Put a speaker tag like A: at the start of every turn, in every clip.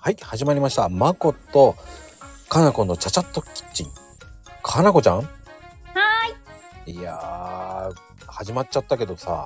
A: はい、始まりました。まことかなこのちゃちゃっとキッチン。かなこちゃん？いやー、始まっちゃったけどさ、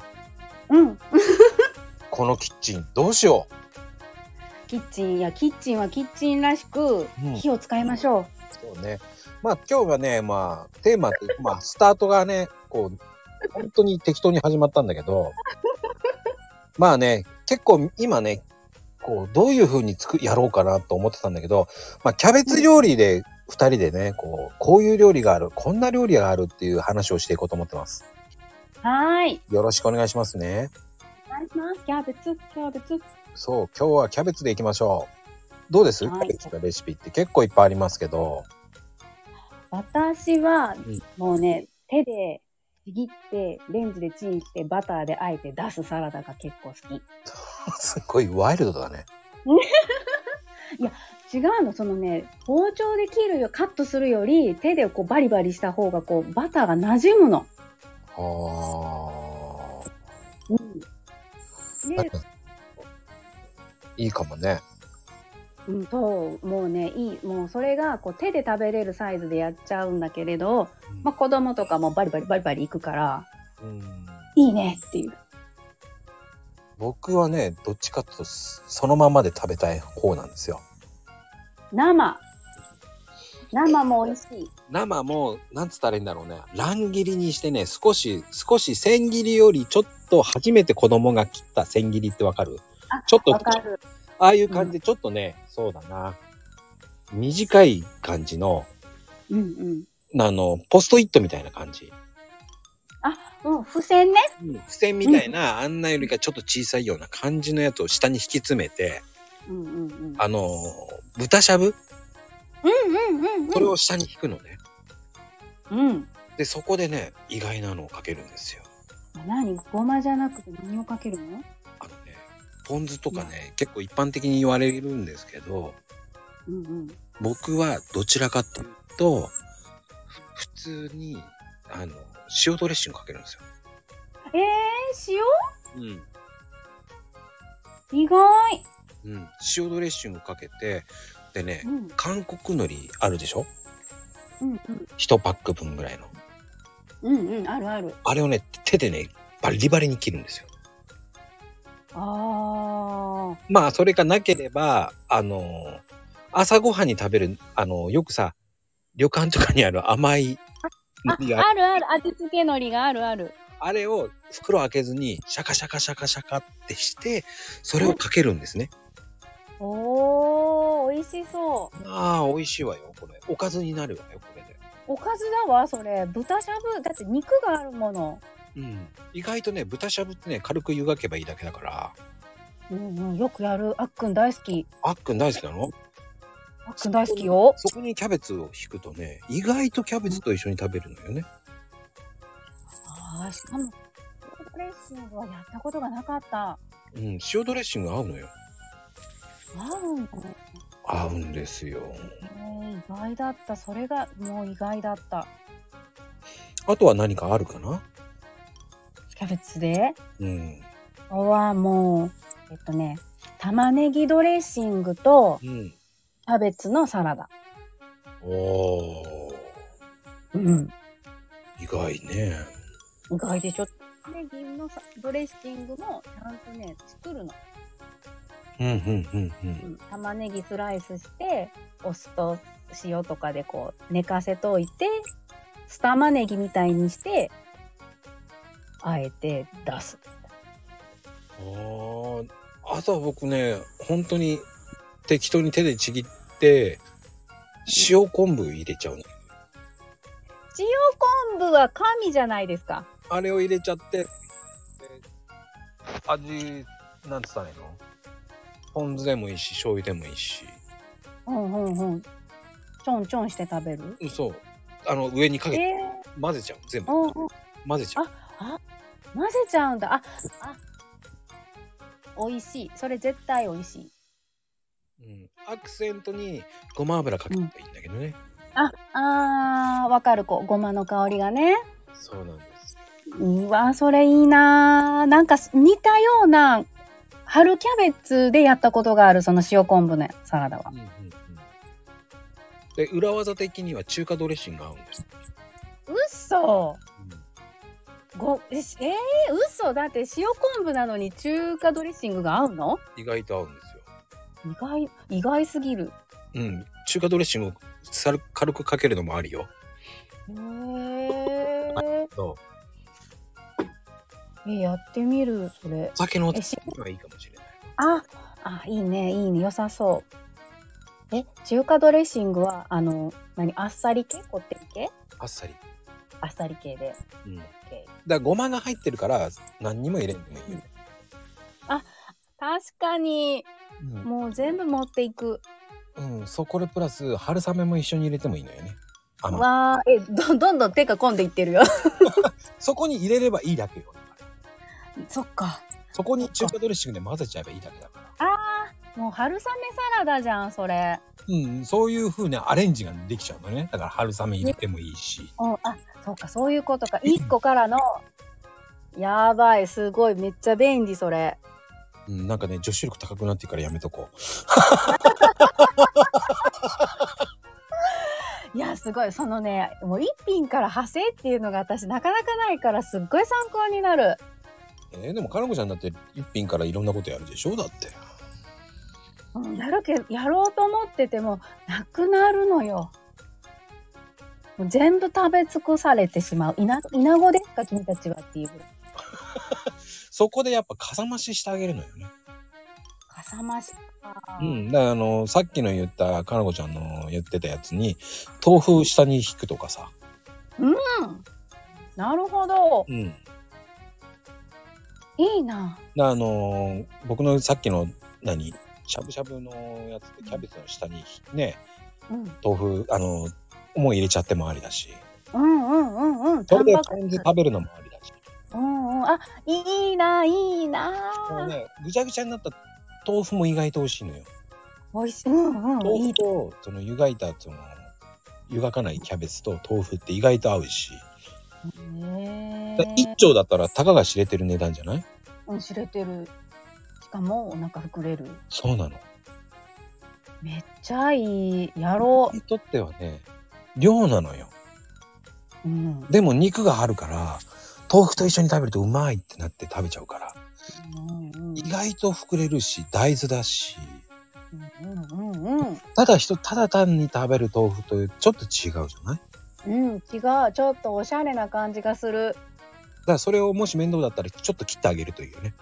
A: このキッチンどうしよ
B: キッチンはキッチンらしく火を使いましょう。
A: そうね。まあ今日はね、テーマってスタートがね、こう本当に適当に始まったんだけど、まあね、結構今ね、こうどういう風にやろうかなと思ってたんだけど、キャベツ料理で2人でね、こういう料理がある、こんな料理があるっていう話をしていこうと思ってます。
B: はい。
A: よろしくお願いしますね。
B: お願いします。キャベツ。
A: そう、今日はキャベツでいきましょう。どうです？キャベツのレシピって結構いっぱいありますけど。
B: 私はもうね、手でちぎってレンジでチンしてバターであえて出すサラダが結構好き。
A: すごいワイルドだね。
B: いや違うの、そのね、包丁で切るよ、カットするより手でこうバリバリした方がこうバターが馴染むの。ね、
A: いいかもね。
B: もうね、もうそれがこう手で食べれるサイズでやっちゃうんだけれど、子供とかもバリバリいくから、いいねっていう。
A: 僕はね、どっちかっていうとそのままで食べたい方なんですよ。生も美味しい。生もなんつったらいいんだろうね。乱切りにしてね、少し千切りよりちょっと初めて子供が切った千切りってわかる？ちょっと
B: わかる。
A: ああいう感じでちょっとね、そうだな。短い感じの、ポストイットみたいな感じ。
B: 付箋ね。
A: 付箋みたいな、あんなよりかちょっと小さいような感じのやつを下に引き詰めて、豚しゃぶ？それを下に引くのね。で、そこでね、意外なのをかけるんですよ。
B: 何？ごまじゃなくて何をかけるの？
A: ポン酢とかね、結構一般的に言われるんですけど、僕はどちらかというと、普通に、塩ドレッシングかけるんですよ。塩？
B: 意外。
A: 塩ドレッシングかけて、でね、韓国海苔あるでしょ？1パック分ぐらいの。
B: あるある。
A: あれをね、手でね、バリバリに切るんですよ。それがなければ、朝ごはんに食べる、よくさ、旅館とかにある甘い
B: 海苔がある、味付け海苔があるある。
A: あれを袋開けずにシャカシャカシャカシャカってして、それをかけるんですね。
B: 美味しそう。
A: 美味しいわよ、これ。おかずになるわよ、これで。
B: おかずだわ、それ。豚しゃぶ、だって肉があるもの。
A: 意外とね、豚しゃぶってね、軽く湯がけばいいだけだから。
B: よくやる。あっくん大好き。
A: あっくん大好きなの？
B: あっくん大好きよ。
A: そこにキャベツを引くとね、意外とキャベツと一緒に食べるのよね。
B: しかも塩ドレッシングはやったことがなかった。
A: 塩ドレッシング合うのよ。合うんですよ。
B: 意外だった。それがもう意外だった。
A: あとは何かあるかな？
B: キャベツで？はもう玉ねぎドレッシングとキャベツのサラダ。
A: 意外ね。
B: 意外でしょ。玉ねぎのドレッシングもちゃんとね作るの。玉ねぎスライスしてお酢と塩とかでこう寝かせといて、酢玉ねぎみたいにしてあえて出す。
A: あとは僕ね、本当に適当に手でちぎって塩昆布入れちゃうの。
B: 塩昆布は神じゃないですか。
A: あれを入れちゃって、味なんつったらいいの？ポン酢でもいいし、醤油でもいいし。
B: ちょんちょんして食べる？
A: そう。上にかけて、混ぜちゃう。全部。混ぜちゃう。
B: 混ぜちゃうんだ。美味しい。それ絶対美味しい。
A: アクセントにごま油かけたらいいんだけどね。
B: わかる。ごまの香りがね。
A: そうなんです。
B: それいいな。なんか似たような春キャベツでやったことがある、その塩昆布のサラダは。
A: で、裏技的には中華ドレッシングが合うんです。
B: 嘘。嘘。だって塩昆布なのに中華ドレッシングが合うの？
A: 意外と合うんです
B: よ。意外すぎる。
A: うん。中華ドレッシングを軽くかけるのもありよ。
B: やってみる、それ。
A: お酒のおつまみはいいかもしれない。
B: いいね、良さそう。中華ドレッシングは、あっさり系？こってり系？
A: あっさり系で。うん。だからごまが入ってるから何にも入れんでもいいよね。
B: 確かに、もう全部持っていく。
A: そこでプラス春雨も一緒に入れてもいいのよね。
B: どんどん手が込んでいってるよ。
A: そこに入れればいいだけよ。
B: そっか。
A: そこに中華ドレッシングで混ぜちゃえばいいだけだから。
B: もう春雨サラダじゃん、それ。
A: そういう風なアレンジができちゃうのね。だから春雨入れてもいいし。
B: そうか、そういうことか。1個からの、やばい、すごい、めっちゃ便利、それ。
A: なんかね、女子力高くなってからやめとこう。
B: いや、すごい。そのね、もう一品から派生っていうのが私なかなかないから、すっごい参考になる。
A: でも、かなこちゃんだって一品からいろんなことやるでしょ？だって。
B: やろうと思ってても、なくなるのよ。もう全部食べ尽くされてしまう。イナゴですか、君たちはっていうぐらい。
A: そこでやっぱかさ増ししてあげるのよね。
B: かさ増しか。
A: だからさっきの言ったかなこちゃんの言ってたやつに豆腐下に引くとかさ。
B: なるほど。いいな。
A: 僕のさっきのしゃぶしゃぶのやつでキャベツの下にね、豆腐もう入れちゃってもありだし。それでポン酢食べるのもありだし。
B: いいな、いいな。
A: ぐちゃぐちゃになった豆腐も意外と美味しいのよ。
B: 美味しい。
A: 豆腐とその湯がいた湯がかないキャベツと豆腐って意外と合うし。一丁だったらたかが知れてる値段じゃない？
B: 知れてる。しかもお腹膨れる。
A: そうなの。
B: めっちゃいい。やろう。
A: にとってはね、量なのよ。でも肉があるから豆腐と一緒に食べるとうまいってなって食べちゃうから、意外と膨れるし大豆だし、ただ単に食べる豆腐とちょっと違うじゃない？
B: 違う。ちょっとおしゃれな感じがする。
A: だからそれをもし面倒だったらちょっと切ってあげるといいよね。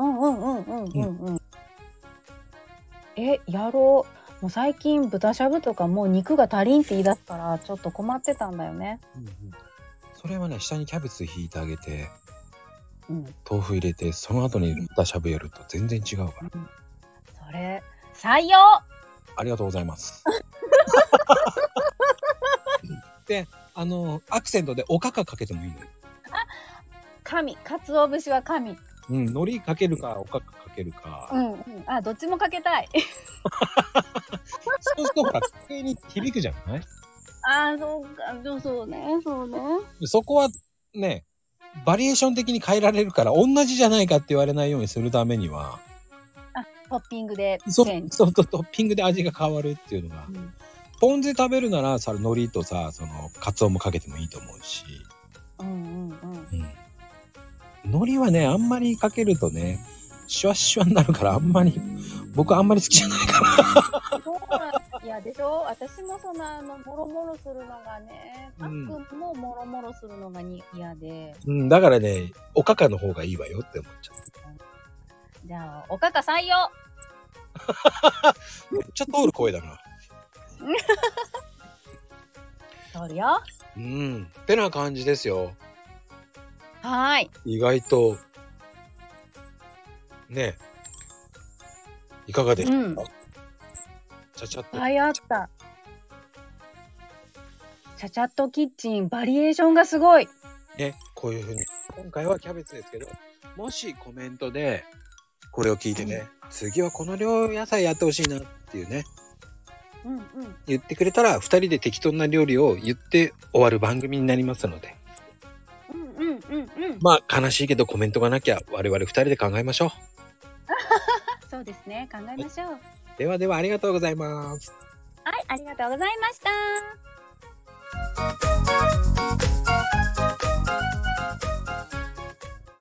B: やろう。もう最近豚しゃぶとかもう肉が足りんって言い出すからちょっと困ってたんだよね。
A: それはね、下にキャベツ引いてあげて、豆腐入れてその後に豚しゃぶやると全然違うから。
B: それ採用。
A: ありがとうございます。で、アクセントでおかかかけてもいいのよ。
B: 神、鰹節は神。
A: 海苔かけるかおかかかけるか。
B: どっちもかけたい。
A: そうするとほら机に響くじゃない？
B: そうか、そうね。
A: そこはね、バリエーション的に変えられるから同じじゃないかって言われないようにするためには、
B: トッピングで
A: そうトッピングで味が変わるっていうのが、ポン酢食べるなら海苔とさ、カツオもかけてもいいと思うし。海苔はね、あんまりかけるとね、シュワシュワになるから僕あんまり好きじゃないから。
B: いやでしょ、私もモロモロするのがね、パックもモロモロするのが嫌で。
A: だからね、おかかの方がいいわよって思っちゃう。
B: じゃあ、おかか採用。
A: めっちゃ通る声だな。
B: 通るよ。
A: ってな感じですよ。
B: はい。
A: 意外とね、いかがでしたか？ちゃちゃっと。
B: あった。ちゃちゃっとキッチンバリエーションがすごい。
A: ね、こういう風に今回はキャベツですけど、もしコメントでこれを聞いてね、次はこの量野菜やってほしいなっていうね、言ってくれたら2人で適当な料理を言って終わる番組になりますので。まあ悲しいけどコメントがなきゃ我々2人で考えましょう。
B: そうですね。考えましょう。
A: ではではありがとうございます。
B: はい、ありがとうございました。